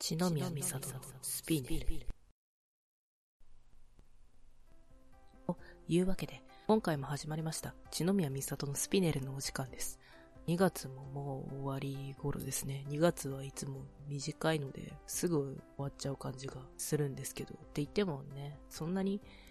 篠宮美里のスピネル。というわけで、今回も始まりました。篠宮美里のスピネルのお時間です。2月ももう終わり頃ですね。2月はいつも短いのですぐ終わっちゃう感じがするんですけど。って言ってもね、そんな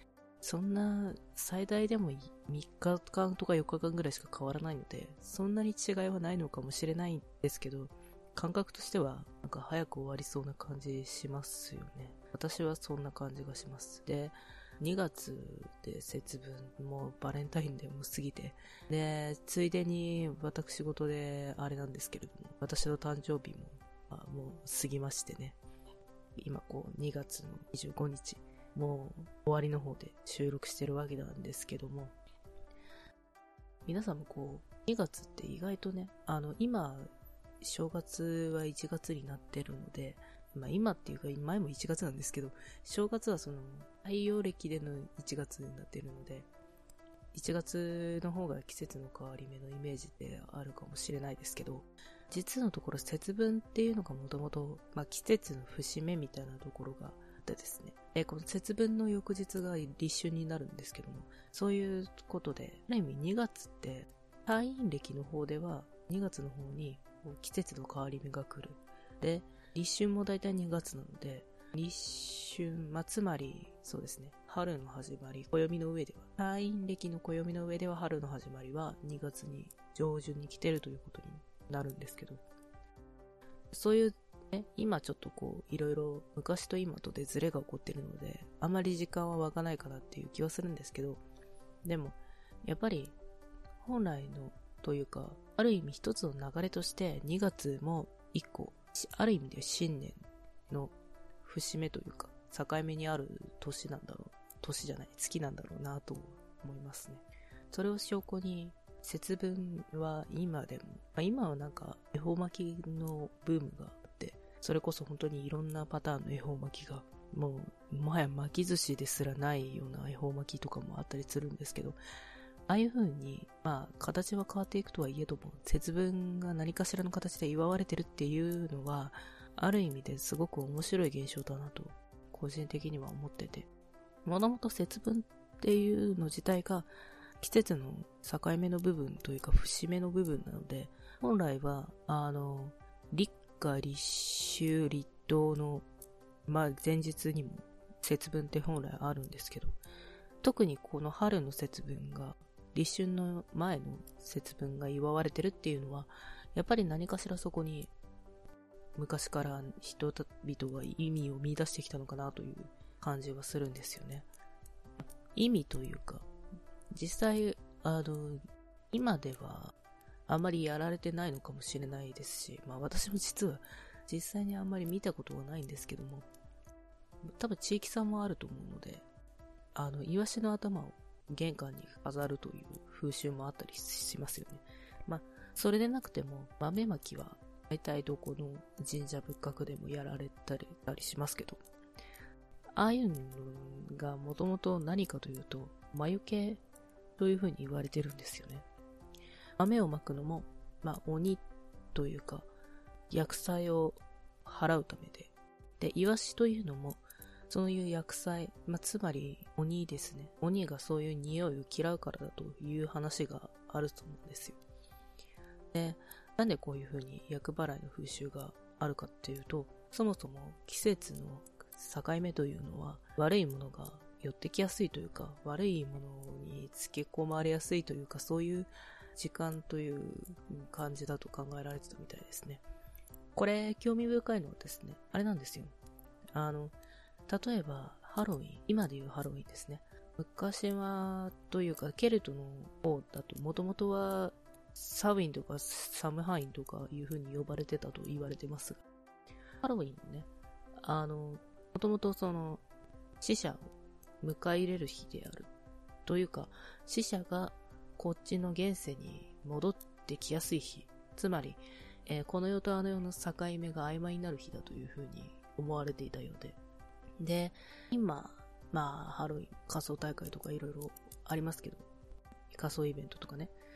最大でも3日間とか4日間ぐらいしか変わらないので、そんなに違いはないのかもしれないんですけど、感覚としてはなんか早く終わりそうな感じしますよね。私はそんな感じがします。で、2月で節分もバレンタインデーも過ぎて、で、ついでに私事であれなんですけれども、私の誕生日ももう過ぎましてね。今2月の25日、もう終わりの方で収録してるわけなんですけども、皆さんも2月って意外とね、今、正月は1月になってるので、今っていうか前も1月なんですけど、正月はその太陽暦での1月になってるので、1月の方が季節の変わり目のイメージってあるかもしれないですけど、実のところ節分っていうのがもともと季節の節目みたいなところがあってですね、この節分の翌日が立春になるんですけども、そういうことで、ある意味2月って太陰暦の方では2月の方に季節の変わり目が来る。で、立春もだいたい2月なので、立春、つまり、そうですね、春の始まり、暦の上では、太陰暦の暦の上では春の始まりは2月に上旬に来てるということになるんですけど、そういうね、今ちょっといろいろ昔と今とでズレが起こってるので、あまり時間は湧かないかなっていう気はするんですけど、でも、やっぱり、本来のというか、ある意味一つの流れとして2月も一個、ある意味で新年の節目というか、境目にある年なんだろう。年じゃない、月なんだろうなと思いますね。それを証拠に、節分は今でも、今はなんか恵方巻きのブームがあって、それこそ本当にいろんなパターンの恵方巻きが、もはや巻き寿司ですらないような恵方巻きとかもあったりするんですけど、ああいう風に、形は変わっていくとはいえども、節分が何かしらの形で祝われてるっていうのは、ある意味ですごく面白い現象だなと、個人的には思ってて。もともと節分っていうの自体が、季節の境目の部分というか、節目の部分なので、本来は、立夏、立秋、立冬の、前日にも節分って本来あるんですけど、特にこの春の節分が、立春の前の節分が祝われてるっていうのは、やっぱり何かしらそこに昔から人々が意味を見出してきたのかなという感じはするんですよね。意味というか、実際、今ではあまりやられてないのかもしれないですし、私も実は実際にあんまり見たことがないんですけども、多分地域差もあると思うので、イワシの頭を玄関に飾るという風習もあったりしますよね。それでなくても豆まきは大体どこの神社仏閣でもやられたりしますけど、ああいうのがもともと何かというと、魔除けという風に言われてるんですよね。豆をまくのも、鬼というか、厄災を払うためで、で、イワシというのも、そういう厄災、つまり鬼ですね。鬼がそういう匂いを嫌うからだという話があると思うんですよ。で、なんでこういう風に厄払いの風習があるかっていうと、そもそも季節の境目というのは悪いものが寄ってきやすいというか、悪いものにつけ込まれやすいというか、そういう時間という感じだと考えられてたみたいですね。これ興味深いのはですね、あれなんですよ。例えば、ハロウィン、今でいうハロウィンですね。昔は、というか、ケルトの方だと、もともとは、サウィンとかサムハインとかいう風に呼ばれてたと言われてますが、ハロウィンのね、もともと死者を迎え入れる日である。というか、死者がこっちの現世に戻ってきやすい日。つまり、この世とあの世の境目が曖昧になる日だという風に思われていたようで。で、今、ハロウィン、仮装大会とかいろいろありますけど、仮装イベントとかね。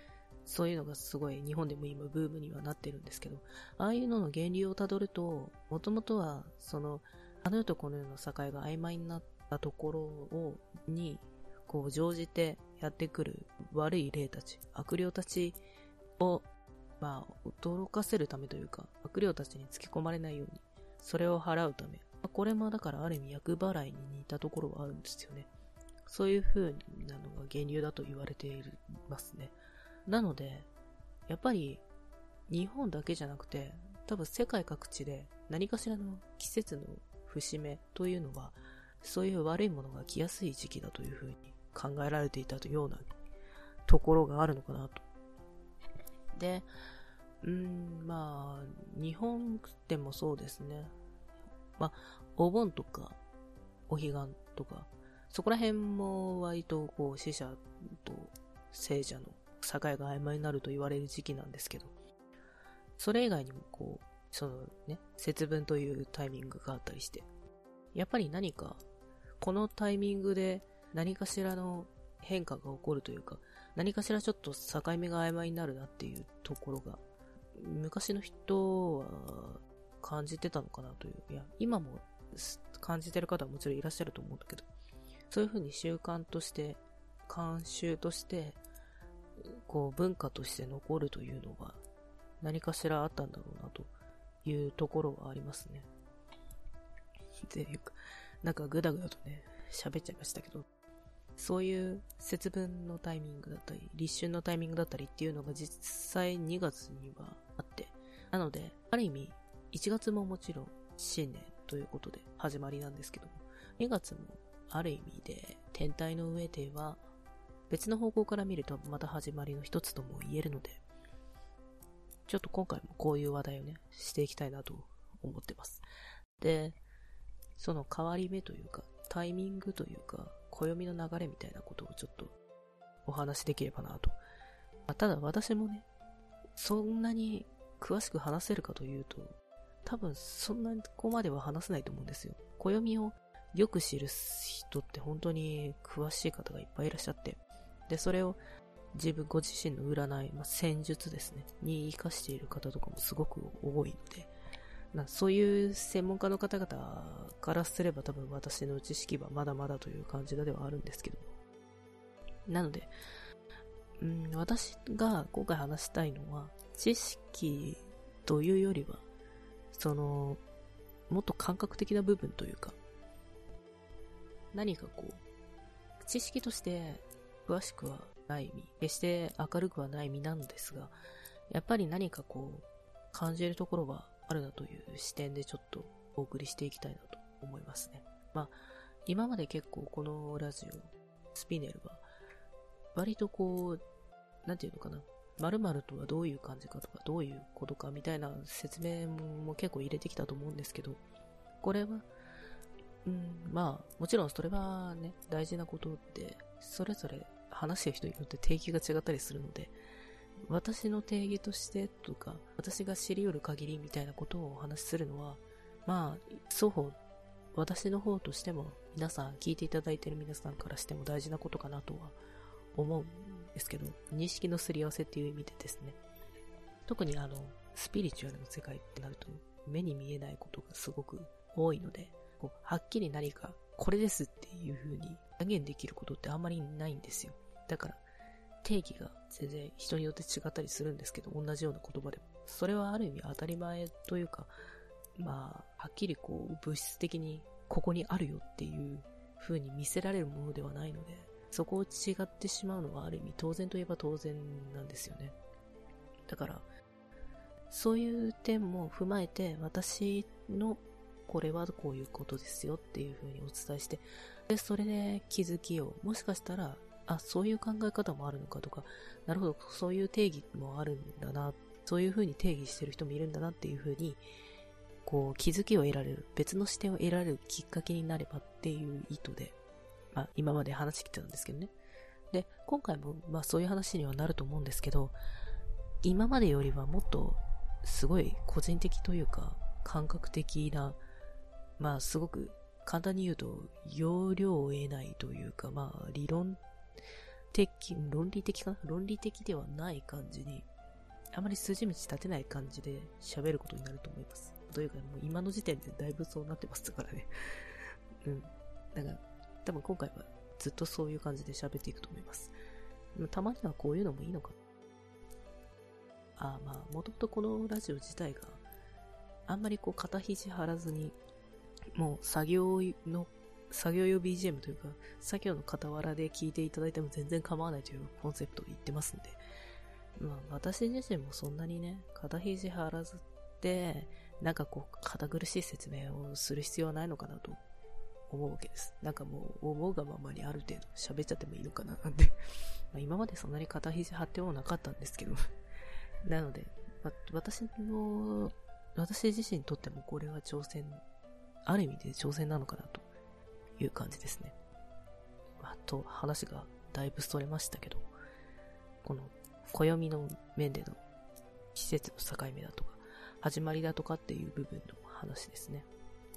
そういうのがすごい日本でも今ブームにはなってるんですけど、ああいうのの源流をたどると、もともとは、あの世とこの世の境が曖昧になったところに、こう、乗じてやってくる悪い霊たち、悪霊たちを、驚かせるためというか、悪霊たちにつけ込まれないように、それを払うため。これもだからある意味厄払いに似たところはあるんですよね。そういう風なのが源流だと言われていますね。なので、やっぱり日本だけじゃなくて、多分世界各地で何かしらの季節の節目というのは、そういう悪いものが来やすい時期だという風に考えられていたようなところがあるのかなと。で、日本でもそうですね。お盆とか、お彼岸とか、そこら辺も割とこう死者と生者の境が曖昧になると言われる時期なんですけど、それ以外にもこう、節分というタイミングがあったりして、やっぱり何か、このタイミングで何かしらの変化が起こるというか、何かしらちょっと境目が曖昧になるなっていうところが、昔の人は感じてたのかなという、いや、今も感じてる方はもちろんいらっしゃると思うんだけど、そういう風に習慣として、慣習として、こう文化として残るというのは何かしらあったんだろうなというところはありますね。っていうか、なんかぐだぐだとね、喋っちゃいましたけど、そういう節分のタイミングだったり、立春のタイミングだったりっていうのが実際2月にはあって、なので、ある意味、1月ももちろん新年ということで始まりなんですけども、2月もある意味で天体の上では別の方向から見るとまた始まりの一つとも言えるので、ちょっと今回もこういう話題をね、していきたいなと思ってます。で、その変わり目というか、タイミングというか、暦の流れみたいなことをちょっとお話しできればなと。ただ私もね、そんなに詳しく話せるかというと、多分そんなにここまでは話せないと思うんですよ。暦をよく知る人って本当に詳しい方がいっぱいいらっしゃって、で、それをご自身の占い、戦術ですね、に活かしている方とかもすごく多いので、そういう専門家の方々からすれば多分私の知識はまだまだという感じではあるんですけど。なので、私が今回話したいのは、知識というよりは、もっと感覚的な部分というか、何かこう、知識として詳しくはない身、決して明るくはない身なんですが、やっぱり何かこう、感じるところはあるなという視点でちょっとお送りしていきたいなと思いますね。今まで結構このラジオ、スピネルは、割とこう、なんていうのかな、〇〇とはどういう感じかとか、どういうことかみたいな説明も結構入れてきたと思うんですけど、これは、もちろんそれはね、大事なことで、それぞれ話してる人によって定義が違ったりするので、私の定義としてとか、私が知り得る限りみたいなことをお話しするのは、双方、私の方としても、皆さん、聞いていただいている皆さんからしても大事なことかなとは思うんですけど、認識のすり合わせっていう意味でですね、特にスピリチュアルの世界ってなると、目に見えないことがすごく多いので、はっきり何か、これですっていう風に断言できることってあんまりないんですよ。だから、定義が全然人によって違ったりするんですけど、同じような言葉でも。それはある意味当たり前というか、はっきりこう、物質的にここにあるよっていう風に見せられるものではないので、そこを違ってしまうのはある意味当然といえば当然なんですよね。だから、そういう点も踏まえて、私のこれはこういうことですよっていう風にお伝えして、で、それで気づきを、もしかしたら、そういう考え方もあるのかとか、なるほど、そういう定義もあるんだな、そういう風に定義してる人もいるんだなっていう風に、こう、気づきを得られる、別の視点を得られるきっかけになればっていう意図で、今まで話してきてたんですけどね。で、今回も、そういう話にはなると思うんですけど、今までよりはもっと、すごい個人的というか、感覚的な、すごく簡単に言うと、要領を得ないというか、理論論理的かな、論理的ではない感じに、あまり筋道立てない感じで喋ることになると思います。というか、もう今の時点でだいぶそうなってますからね。だから、多分今回はずっとそういう感じで喋っていくと思います。たまにはこういうのもいいのか。もともとこのラジオ自体があんまり肩肘張らずに、もう作業用 BGM というか、作業の傍らで聞いていただいても全然構わないというコンセプトを言ってますんで、私自身もそんなにね、肩肘張らずって、堅苦しい説明をする必要はないのかなと思うわけです。もう、思うがままにある程度喋っちゃってもいいのかななんて。今までそんなに肩肘張ってもなかったんですけど。なので、私自身にとってもこれはある意味で挑戦なのかなという感じですね。話がだいぶそれましたけど、この暦の面での季節の境目だとか、始まりだとかっていう部分の話ですね。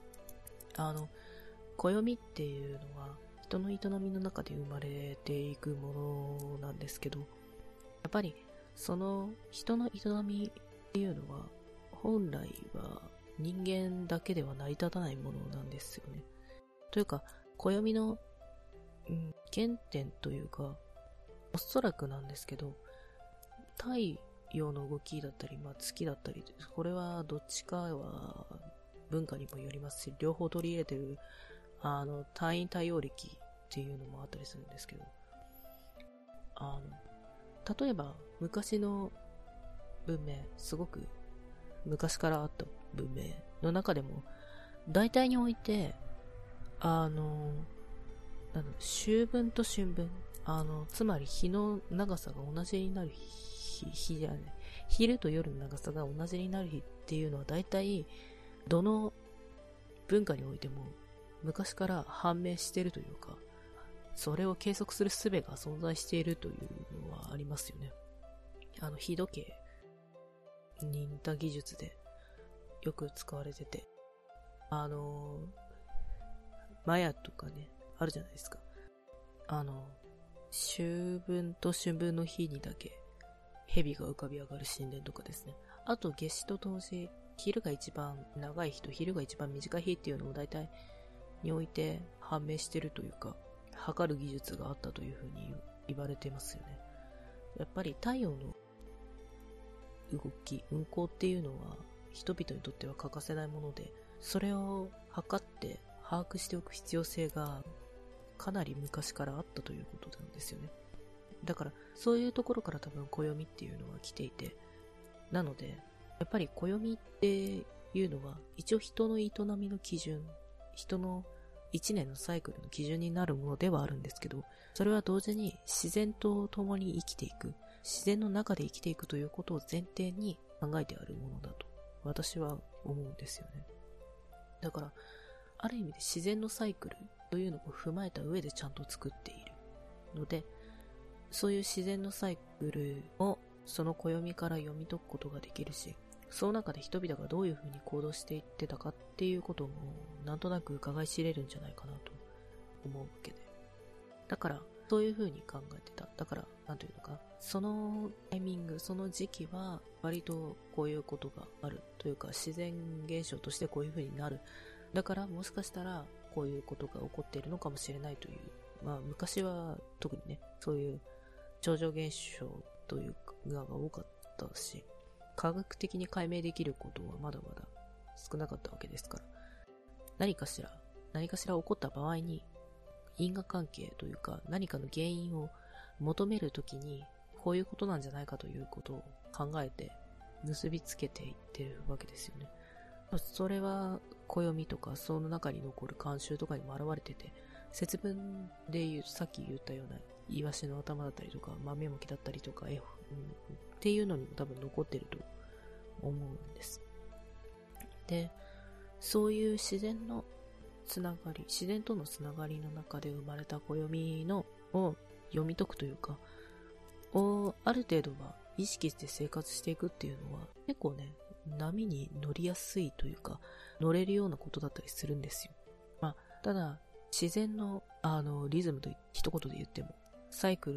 暦っていうのは人の営みの中で生まれていくものなんですけど、やっぱりその人の営みっていうのは本来は人間だけでは成り立たないものなんですよね。というか、暦の、原点というか、おそらくなんですけど、太陽の動きだったり、月だったり、これはどっちかは文化にもよりますし、両方取り入れてる、単位太陽暦っていうのもあったりするんですけど、例えば昔の文明、すごく昔からあった文明の中でも、大体において、秋分と春分、つまり日の長さが同じになる日じゃない、昼と夜の長さが同じになる日っていうのは大体、どの文化においても昔から判明しているというか、それを計測する術が存在しているというのはありますよね。日時計に似た技術でよく使われてて、マヤとかね、あるじゃないですか。秋分と春分の日にだけ蛇が浮かび上がる神殿とかですね。あと夏至と冬至、昼が一番長い日と昼が一番短い日っていうのを大体において判明してるというか、測る技術があったというふうに言われてますよね。やっぱり太陽の動き、運行っていうのは人々にとっては欠かせないもので、それを測って把握しておく必要性がかなり昔からあったということなんですよね。だからそういうところから多分暦っていうのは来ていて、なのでやっぱり暦っていうのは一応人の営みの基準、人の一年のサイクルの基準になるものではあるんですけど、それは同時に自然と共に生きていく、自然の中で生きていくということを前提に考えてあるものだと私は思うんですよね。だからある意味で自然のサイクルというのを踏まえた上でちゃんと作っているので、そういう自然のサイクルをその暦から読み解くことができるし、その中で人々がどういうふうに行動していってたかっていうこともなんとなく伺い知れるんじゃないかなと思うわけで、だからそういうふうに考えてた。だからなんというのか、そのタイミング、その時期は割とこういうことがあるというか、自然現象としてこういうふうになる、だからもしかしたらこういうことが起こっているのかもしれないという、昔は特にね、そういう超常現象というのが多かったし、科学的に解明できることはまだまだ少なかったわけですから、何かしら起こった場合に因果関係というか、何かの原因を求めるときにこういうことなんじゃないかということを考えて結びつけていってるわけですよね。それは暦とかその中に残る慣習とかにも表れてて、節分でさっき言ったようなイワシの頭だったりとか豆もきだったりとかっていうのにも多分残ってると思うんです。で、そういう自然とのつながりの中で生まれた暦を読み解くというか、ある程度は意識して生活していくっていうのは結構ね、波に乗りやすいというか、乗れるようなことだったりするんですよ。ただ自然のリズムと一言で言ってもサイクル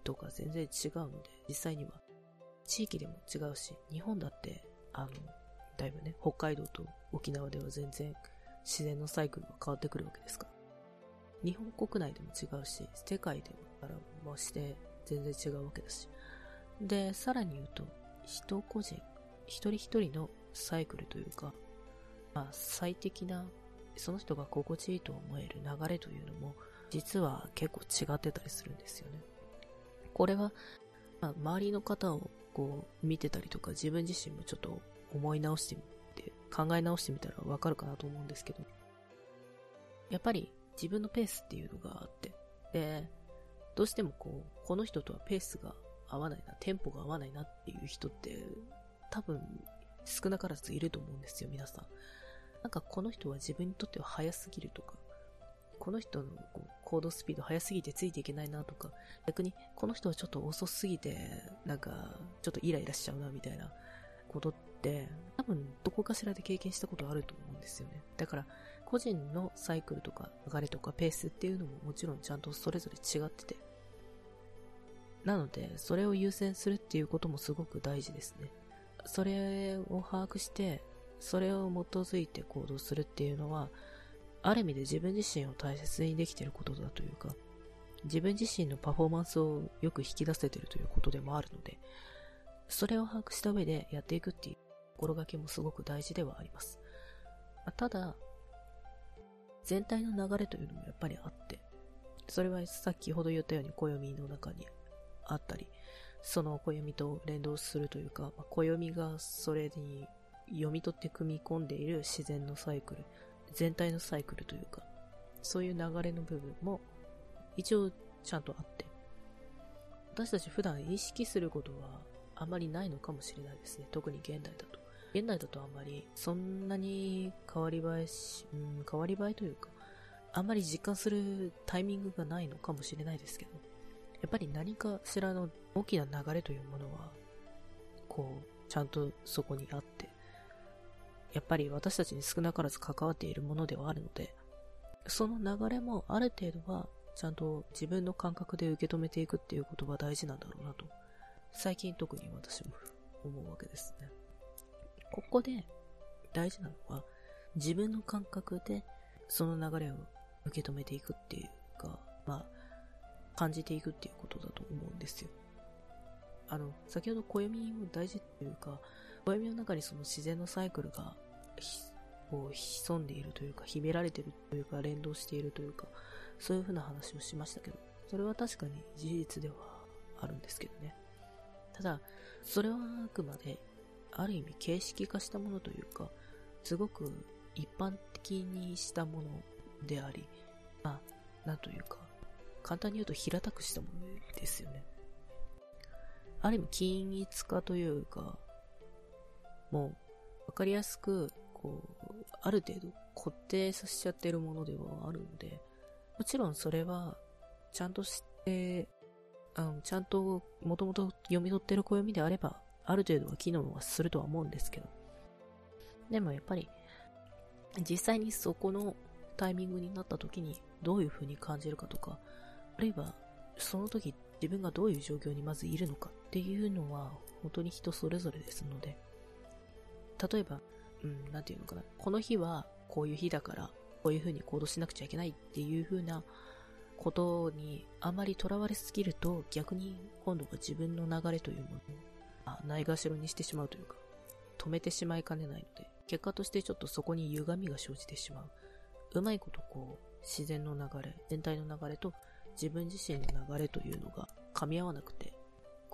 とか全然違うので、実際には地域でも違うし、日本だってだいぶね、北海道と沖縄では全然自然のサイクルが変わってくるわけですから、日本国内でも違うし、世界でもからまして全然違うわけだし、でさらに言うと、人個人一人一人のサイクルというか、最適なその人が心地いいと思える流れというのも実は結構違ってたりするんですよね。これは、周りの方をこう見てたりとか、自分自身もちょっと思い直してみて、考え直してみたらわかるかなと思うんですけど、やっぱり自分のペースっていうのがあって、でどうしてもこの人とはペースが合わないな、テンポが合わないなっていう人って多分少なからずいると思うんですよ、皆さん。なんかこの人は自分にとっては速すぎるとか、この人の行動スピード速すぎてついていけないなとか、逆にこの人はちょっと遅すぎてなんかちょっとイライラしちゃうなみたいなことって多分どこかしらで経験したことあると思うんですよね。だから個人のサイクルとか流れとかペースっていうのももちろんちゃんとそれぞれ違ってて、なのでそれを優先するっていうこともすごく大事ですね。それを把握してそれを基づいて行動するっていうのは、ある意味で自分自身を大切にできていることだというか、自分自身のパフォーマンスをよく引き出せているということでもあるので、それを把握した上でやっていくっていう心がけもすごく大事ではあります。ただ全体の流れというのもやっぱりあって、それは先ほど言ったように暦の中にあったり、その暦と連動するというか、暦がそれに読み取って組み込んでいる自然のサイクル、全体のサイクルというか、そういう流れの部分も一応ちゃんとあって、私たち普段意識することはあまりないのかもしれないですね。特に現代だと。現代だとあんまりそんなに変わり映えというか、あんまり実感するタイミングがないのかもしれないですけど、やっぱり何かしらの大きな流れというものはちゃんとそこにあって、やっぱり私たちに少なからず関わっているものではあるので、その流れもある程度はちゃんと自分の感覚で受け止めていくっていうことが大事なんだろうなと、最近特に私も思うわけですね。ここで大事なのは、自分の感覚でその流れを受け止めていくっていうか、感じていくっていうことだと思うんですよ。先ほど暦も大事っていうか、暦の中にその自然のサイクルが潜んでいるというか、秘められているというか、連動しているというか、そういう風な話をしましたけど、それは確かに事実ではあるんですけどね。ただそれはあくまである意味形式化したものというか、すごく一般的にしたものであり、なんというか、簡単に言うと平たくしたものですよね。ある意味均一化というか、もう分かりやすくある程度固定させちゃってるものではあるので、もちろんそれはちゃんとしてちゃんともともと読み取ってる暦であればある程度は機能はするとは思うんですけど、でもやっぱり実際にそこのタイミングになった時にどういう風に感じるかとか、あるいはその時自分がどういう状況にまずいるのかっていうのは本当に人それぞれですので、例えばなんていうのかな、この日はこういう日だからこういう風に行動しなくちゃいけないっていう風なことにあまりとらわれすぎると、逆に今度は自分の流れというものをないがしろにしてしまうというか、止めてしまいかねないので、結果としてちょっとそこに歪みが生じてしまう。うまいこと自然の流れ、全体の流れと自分自身の流れというのが噛み合わなくて、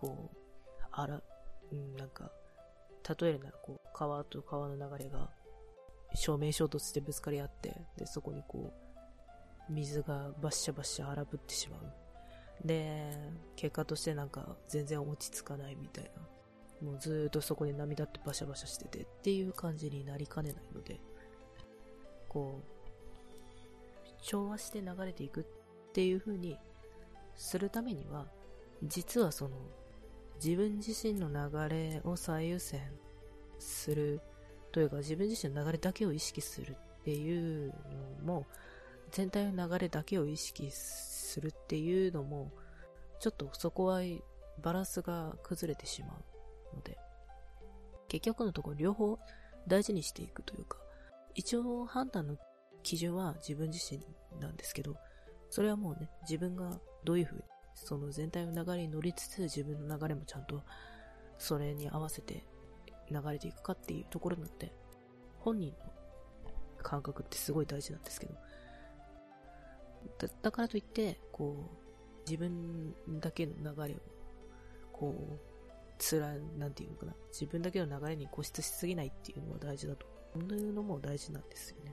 なんか例えるなら川と川の流れが正面衝突してぶつかり合って、でそこに水がバッシャバッシャ荒ぶってしまう。で結果としてなんか全然落ち着かないみたいな、もうずーっとそこで涙ってバシャバシャしててっていう感じになりかねないので、調和して流れていくっていう風にするためには、実はその自分自身の流れを最優先するというか、自分自身の流れだけを意識するっていうのも、全体の流れだけを意識するっていうのもちょっとそこはバランスが崩れてしまうので、結局のところ両方大事にしていくというか、一応判断の基準は自分自身なんですけど、それはもうね、自分がどういう風にその全体の流れに乗りつつ、自分の流れもちゃんとそれに合わせて流れていくかっていうところなので、本人の感覚ってすごい大事なんですけど、だからといって、こう、自分だけの流れを、こう、なんていうのかな、自分だけの流れに固執しすぎないっていうのは大事だというのも大事なんですよね。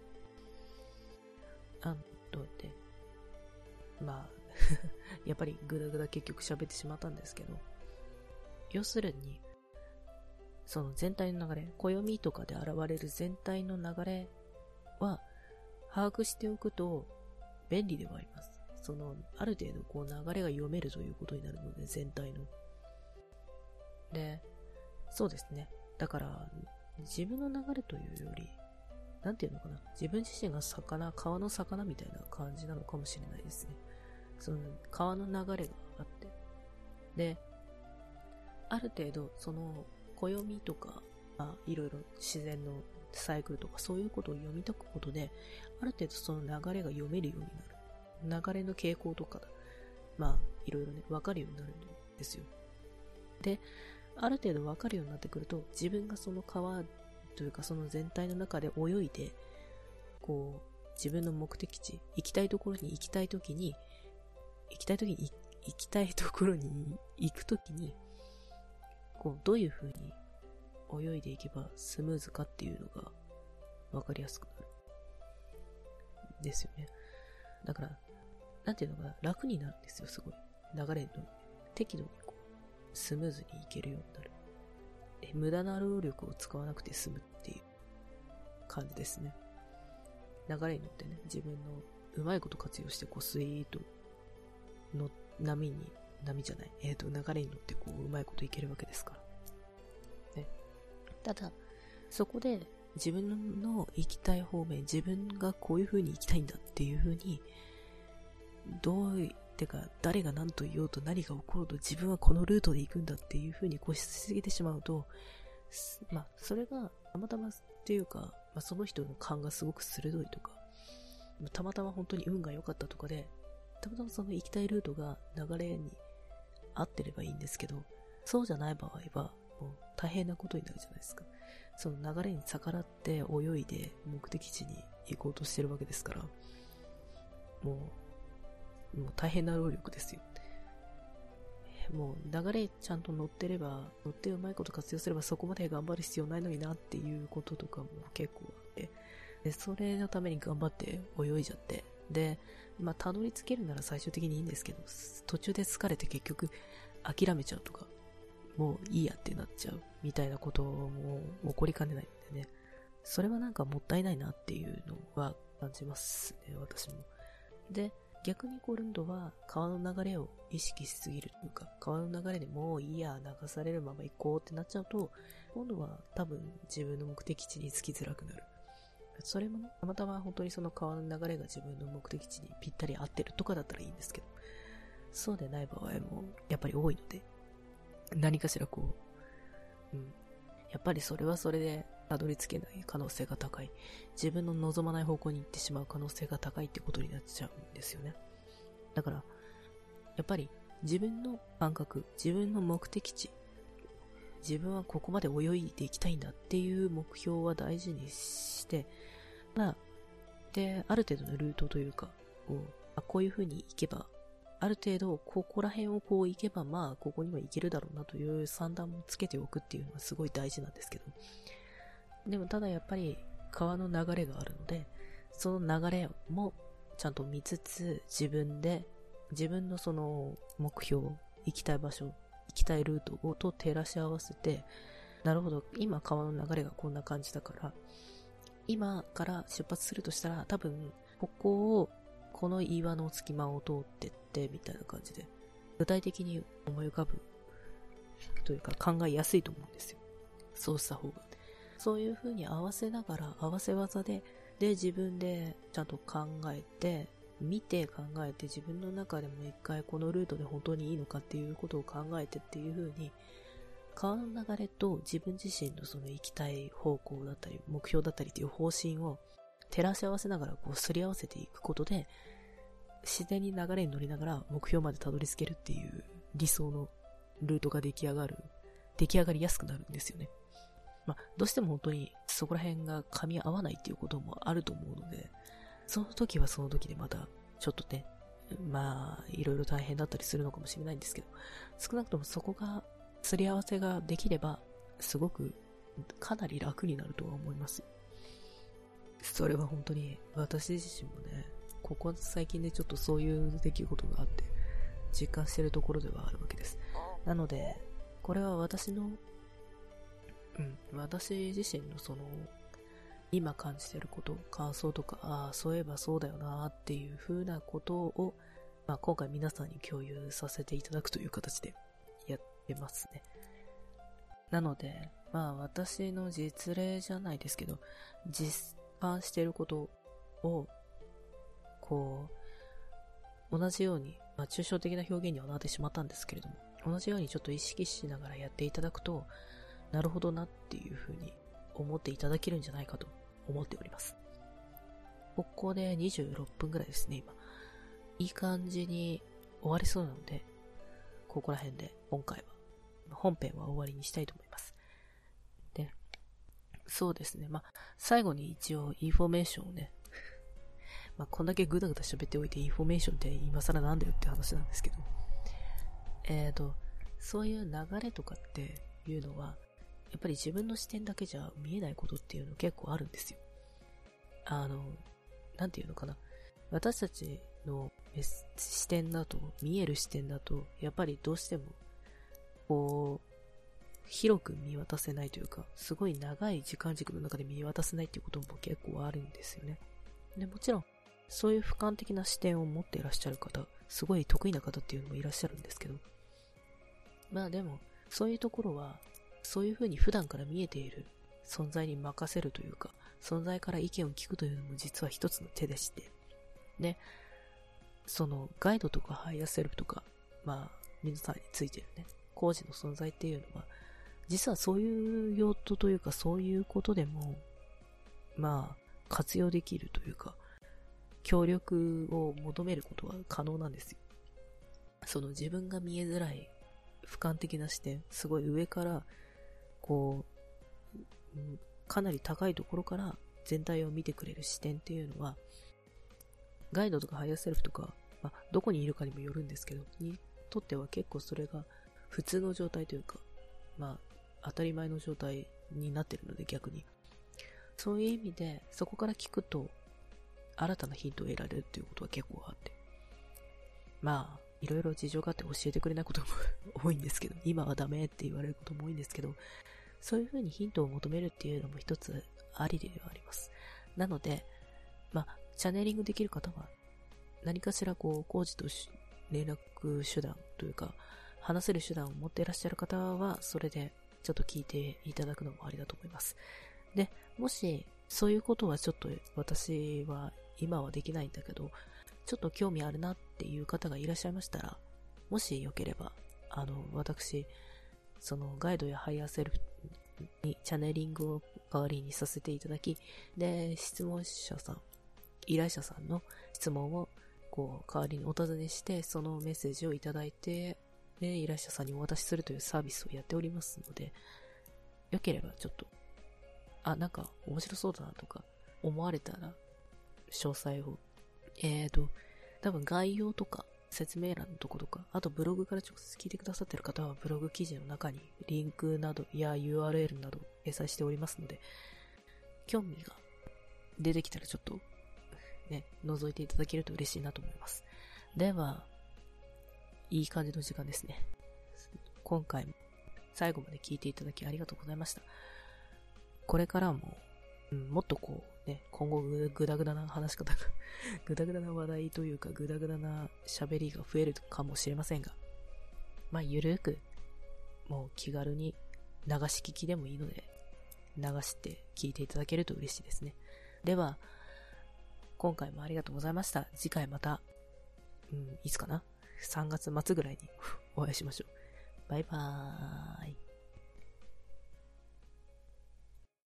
どうやって、まあ、やっぱりぐだぐだ結局喋ってしまったんですけど、要するに、その全体の流れ、暦とかで現れる全体の流れは、把握しておくと便利ではあります。その、ある程度こう流れが読めるということになるので、全体の。で、そうですね。だから、自分の流れというより、なんていうのかな。自分自身が川の魚みたいな感じなのかもしれないですね。その、川の流れがあって。で、ある程度、その、暦とか、いろいろ自然のサイクルとかそういうことを読み解くことで、ある程度その流れが読めるようになる。流れの傾向とか、いろいろね、わかるようになるんですよ。で、ある程度わかるようになってくると、自分がその川というかその全体の中で泳いで、こう、自分の目的地、行きたいところに行きたいところに行くときに、こう、どういう風に泳いでいけばスムーズかっていうのがわかりやすくなる。ですよね。だから、なんていうのかな、楽になるんですよ、すごい。流れの適度にこう、スムーズにいけるようになる。無駄な労力を使わなくて済むっていう感じですね。流れに乗ってね、自分のうまいこと活用して、こう、スイーッとの流れに乗ってこう、うまいこといけるわけですから。ね。ただ、そこで自分の行きたい方面、自分がこういう風に行きたいんだっていう風に、誰が何と言おうと何が起ころうと自分はこのルートで行くんだっていう風に固執しすぎてしまうと、それがたまたまっていうか、その人の勘がすごく鋭いとか、たまたま本当に運が良かったとかで、たまたまその行きたいルートが流れに合ってればいいんですけど、そうじゃない場合は、もう大変なことになるじゃないですか。その流れに逆らって泳いで目的地に行こうとしてるわけですから、もう大変な労力ですよ。もう流れちゃんと乗ってうまいこと活用すればそこまで頑張る必要ないのになっていうこととかも結構あって、で、それのために頑張って泳いじゃって、で、たどり着けるなら最終的にいいんですけど、途中で疲れて結局諦めちゃうとか、もういいやってなっちゃうみたいなことも起こりかねないんでね。それはなんかもったいないなっていうのは感じますね、私も。で、逆に今度は川の流れを意識しすぎるというか、川の流れでもういいや、流されるまま行こうってなっちゃうと、今度は多分自分の目的地に着きづらくなる。それもね、たまたま本当にその川の流れが自分の目的地にぴったり合ってるとかだったらいいんですけど、そうでない場合もやっぱり多いので、何かしらこう、やっぱりそれはそれでたどり着けない可能性が高い。自分の望まない方向に行ってしまう可能性が高いってことになっちゃうんですよね。だから、やっぱり自分の感覚、自分の目的地、自分はここまで泳いでいきたいんだっていう目標は大事にして、で、ある程度のルートというか、こういう風に行けば、ある程度、ここら辺をこう行けば、ここには行けるだろうなという算段もつけておくっていうのはすごい大事なんですけど。でもただやっぱり川の流れがあるので、その流れもちゃんと見つつ、自分のその目標、行きたい場所、行きたいルートと照らし合わせて、なるほど、今川の流れがこんな感じだから、今から出発するとしたら、多分、この岩の隙間を通ってって、みたいな感じで、具体的に思い浮かぶ、というか考えやすいと思うんですよ。そうした方が。そういう風に合わせながら、合わせ技で、自分でちゃんと考えて、 見て考えて自分の中でも一回このルートで本当にいいのかっていうことを考えてっていう風に川の流れと自分自身のその行きたい方向だったり目標だったりっていう方針を照らし合わせながらこうすり合わせていくことで自然に流れに乗りながら目標までたどり着けるっていう理想のルートが出来上がりやすくなるんですよね。どうしても本当にそこら辺が噛み合わないっていうこともあると思うので、その時はその時でまたちょっとね、いろいろ大変だったりするのかもしれないんですけど、少なくともそこがすり合わせができればすごくかなり楽になるとは思います。それは本当に私自身もね、ここ最近でちょっとそういう出来事があって実感しているところではあるわけです。なのでこれは私自身のその今感じていること、感想とか、そういえばそうだよなっていう風なことを、今回皆さんに共有させていただくという形でやってますね。なので、私の実例じゃないですけど、実感していることを、こう、同じように、抽象的な表現にはなってしまったんですけれども、同じようにちょっと意識しながらやっていただくと、なるほどなっていう風に思っていただけるんじゃないかと思っております。ここで26分ぐらいですね、今。いい感じに終わりそうなので、ここら辺で今回は、本編は終わりにしたいと思います。で、そうですね、最後に一応インフォメーションをね、こんだけぐだぐだ喋っておいてインフォメーションって今更なんだよって話なんですけど、そういう流れとかっていうのは、やっぱり自分の視点だけじゃ見えないことっていうの結構あるんですよ。なんていうのかな。私たちの視点だと、見える視点だと、やっぱりどうしても、こう、広く見渡せないというか、すごい長い時間軸の中で見渡せないっていうことも結構あるんですよね。で、もちろん、そういう俯瞰的な視点を持っていらっしゃる方、すごい得意な方っていうのもいらっしゃるんですけど、でも、そういうところは、そういう風に普段から見えている存在に任せるというか、存在から意見を聞くというのも実は一つの手でして、で、そのガイドとかハイヤーセルフとか、皆さんについてるね、工事の存在っていうのは、実はそういう用途というか、そういうことでも、活用できるというか、協力を求めることは可能なんですよ。その自分が見えづらい俯瞰的な視点、すごい上から、かなり高いところから全体を見てくれる視点っていうのは、ガイドとかハイヤーセルフとか、どこにいるかにもよるんですけど、にとっては結構それが普通の状態というか、当たり前の状態になってるので逆に。そういう意味で、そこから聞くと、新たなヒントを得られるっていうことは結構あって。いろいろ事情があって教えてくれないことも多いんですけど、今はダメって言われることも多いんですけど、そういう風にヒントを求めるっていうのも一つありではあります。なので、チャネリングできる方は、何かしら工事と連絡手段というか、話せる手段を持っていらっしゃる方は、それでちょっと聞いていただくのもありだと思います。で、もし、そういうことはちょっと私は今はできないんだけど、ちょっと興味あるなっていう方がいらっしゃいましたら、もしよければ、私、そのガイドやハイヤーセルフにチャネリングを代わりにさせていただき、で、質問者さん、依頼者さんの質問を代わりにお尋ねして、そのメッセージをいただいて、で、依頼者さんにお渡しするというサービスをやっておりますので、よければちょっと、なんか面白そうだなとか思われたら、詳細を、多分概要とか説明欄のとことか、あとブログから直接聞いてくださっている方はブログ記事の中にリンクなどや URL など掲載しておりますので、興味が出てきたらちょっとね、覗いていただけると嬉しいなと思います。では、いい感じの時間ですね。今回も最後まで聞いていただきありがとうございました。これからも、もっと今後グダグダな話し方がグダグダな話題というかグダグダな喋りが増えるかもしれませんが、ゆるーく、もう気軽に流し聞きでもいいので、流して聞いていただけると嬉しいですね。では、 今回もありがとうございました。次回また、いつかな ?3 月末ぐらいにお会いしましょう。バイバーイ。